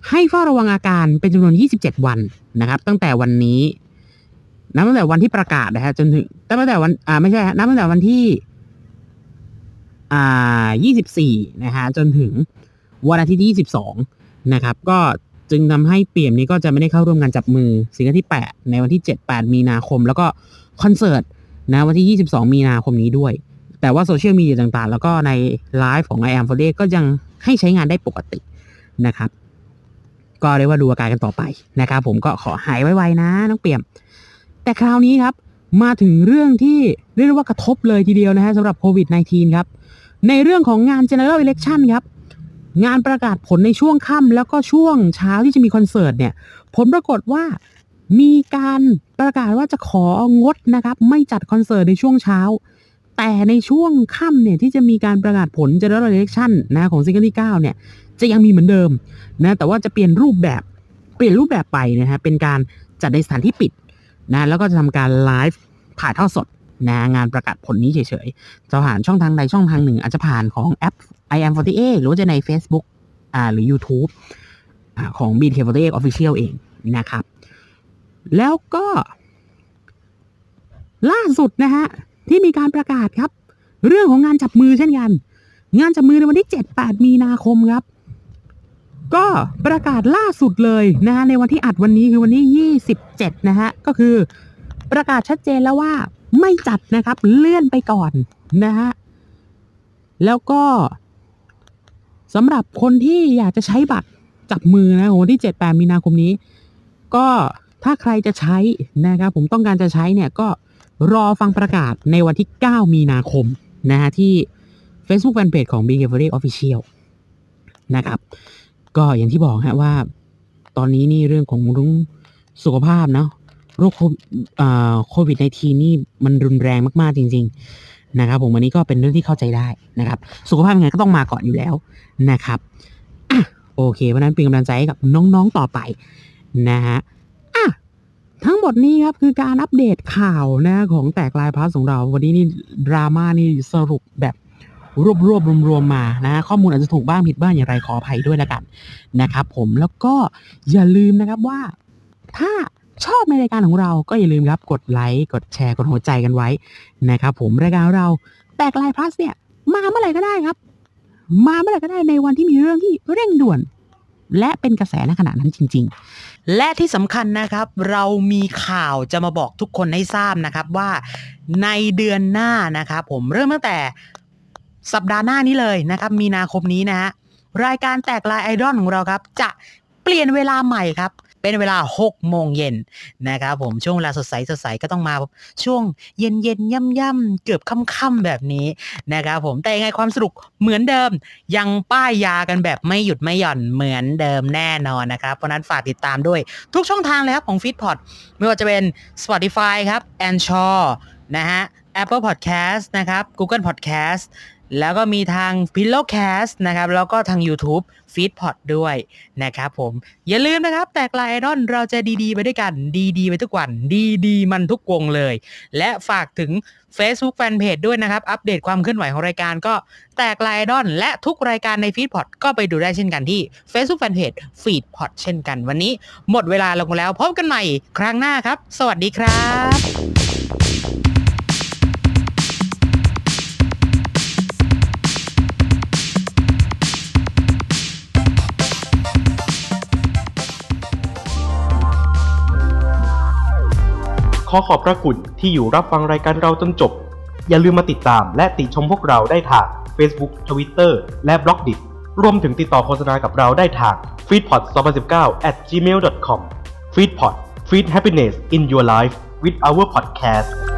ให้เฝ้าระวังอาการเป็นจำนวนยี่สิบเจ็ดวันนะครับตั้งแต่วันนี้นับตั้งแต่วันที่ประกาศนะฮะจนถึงตั้งแต่วันอ่าไม่ใช่นับตั้งแต่วันที่อ่ายี่สิบสี่นะฮะจนถึงวันอาทิตย์ที่ยี่สิบสองนะครับก็จึงทำให้เปี่ยมนี้ก็จะไม่ได้เข้าร่วมงานจับมือซิงเกิลที่แปดในวันที่เจ็ด แปดมีนาคมแล้วก็คอนเสิร์ตนะวันที่ยี่สิบสองมีนาคมนี้ด้วยแต่ว่าโซเชียลมีเดียต่างๆแล้วก็ในไลฟ์ของ I am for Day ก็ยังให้ใช้งานได้ปกตินะครับก็เรียกว่าดูอาการกันต่อไปนะครับผมก็ขอหายไวๆนะน้องเปี่ยมแต่คราวนี้ครับมาถึงเรื่องที่เรียกว่ากระทบเลยทีเดียวนะฮะสำหรับโควิด สิบเก้า ครับในเรื่องของงาน General Election ครับงานประกาศผลในช่วงค่ำแล้วก็ช่วงเช้าที่จะมีคอนเสิร์ตเนี่ยผลปรากฏว่ามีการประกาศว่าจะของดนะครับไม่จัดคอนเสิร์ตในช่วงเช้าแต่ในช่วงค่ำเนี่ยที่จะมีการประกาศผล General Election นะของซิงเกิลที่เก้าเนี่ยจะยังมีเหมือนเดิมนะแต่ว่าจะเปลี่ยนรูปแบบเปลี่ยนรูปแบบไปนะฮะเป็นการจัดในสถานที่ปิดนะแล้วก็จะทำการไลฟ์ถ่ายทอดสดนะงานประกาศผลนี้เฉยๆจะผ่านช่องทางใดช่องทางหนึ่งอาจจะผ่านของแอป I am สี่สิบแปด หรือว่าจะใน Facebook อ่าหรือ YouTube อ่าของ บี เค สี่สิบแปด Official เองนะครับแล้วก็ล่าสุดนะฮะที่มีการประกาศครับเรื่องของงานจับมือเช่นกันงานจับมือในวันที่เจ็ด แปดมีนาคมครับก็ประกาศล่าสุดเลยนะฮะในวันที่อัดวันนี้คือวันที่ยี่สิบเจ็ดนะฮะก็คือประกาศชัดเจนแล้วว่าไม่จัดนะครับเลื่อนไปก่อนนะฮะแล้วก็สำหรับคนที่อยากจะใช้บัตรจับมือนะวันที่เจ็ด แปดมีนาคมนี้ก็ถ้าใครจะใช้นะครับผมต้องการจะใช้เนี่ยก็รอฟังประกาศในวันที่เก้ามีนาคมนะฮะที่ Facebook Fanpage ของ บี เค สี่สิบแปด Official นะครับก็อย่างที่บอกฮะว่าตอนนี้นี่เรื่องของสุขภาพเนาะโรคโควิด สิบเก้า นี่มันรุนแรงมากๆจริงๆนะครับผมวันนี้ก็เป็นเรื่องที่เข้าใจได้นะครับสุขภาพยังไงก็ต้องมาก่อนอยู่แล้วนะครับอ่ะโอเคเพราะนั้นเป็นกำลังใจให้กับน้องๆต่อไปนะฮะอ่ะทั้งหมดนี้ครับคือการอัปเดตข่าวนะของแตกลายพลัสของเราวันนี้นี่ดราม่านี่สรุปแบบรวบรวบรวมๆมานะข้อมูลอาจจะถูกบ้างผิดบ้างอย่างไรขออภัยด้วยละกันนะครับผมแล้วก็อย่าลืมนะครับว่าถ้าชอบในรายการของเราก็อย่าลืมครับกดไลค์กดแชร์กดหัวใจกันไว้นะครับผมรายการเราแตกลายพลัสเนี่ยมาเมื่อไหร่ก็ได้ครับมาเมื่อไหร่ก็ได้ในวันที่มีเรื่องที่เร่งด่วนและเป็นกระแสในขณะนั้นจริงๆและที่สำคัญนะครับเรามีข่าวจะมาบอกทุกคนให้ทราบนะครับว่าในเดือนหน้านะครับผมเริ่มตั้งแต่สัปดาห์หน้านี้เลยนะครับมีนาคมนี้นะฮะรายการแตกลายไอดอลของเราครับจะเปลี่ยนเวลาใหม่ครับเป็นเวลาหกโมงเย็นนะครับผมช่วงเวลาสดใสสดใสก็ต้องมาช่วงเย็นเย็นย่ำย่ำเกือบค่ำๆแบบนี้นะครับผมแต่ยังไงความสนุกเหมือนเดิมยังป้ายยากันแบบไม่หยุดไม่หย่อนเหมือนเดิมแน่นอนนะครับเพราะนั้นฝากติดตามด้วยทุกช่องทางเลยครับของ Feedpot ไม่ว่าจะเป็น Spotify ครับ Anchor นะฮะ Apple Podcast นะครับ Google Podcastแล้วก็มีทาง Pillowcast นะครับแล้วก็ทาง YouTube Feedpot ด้วยนะครับผมอย่าลืมนะครับแตกลายไอดอลเราจะดีๆไปด้วยกันดีๆไปทุกวันดีๆมันทุกวงเลยและฝากถึง Facebook Fanpage ด้วยนะครับอัปเดตความเคลื่อนไหวของรายการก็แตกลายไอดอลและทุกรายการใน Feedpot ก็ไปดูได้เช่นกันที่ Facebook Fanpage Feedpot เช่นกันวันนี้หมดเวลาลงแล้วพบกันใหม่ครั้งหน้าครับสวัสดีครับขอขอบพระคุณที่อยู่รับฟังรายการเราจนจบอย่าลืมมาติดตามและติชมพวกเราได้ทาง Facebook Twitter และ บล็อกดิต รวมถึงติดต่อโฆษณากับเราได้ทาง feedpot สองพันสิบเก้า แอท จีเมล ดอท คอม Feedpot Feed Happiness in Your Life with our podcast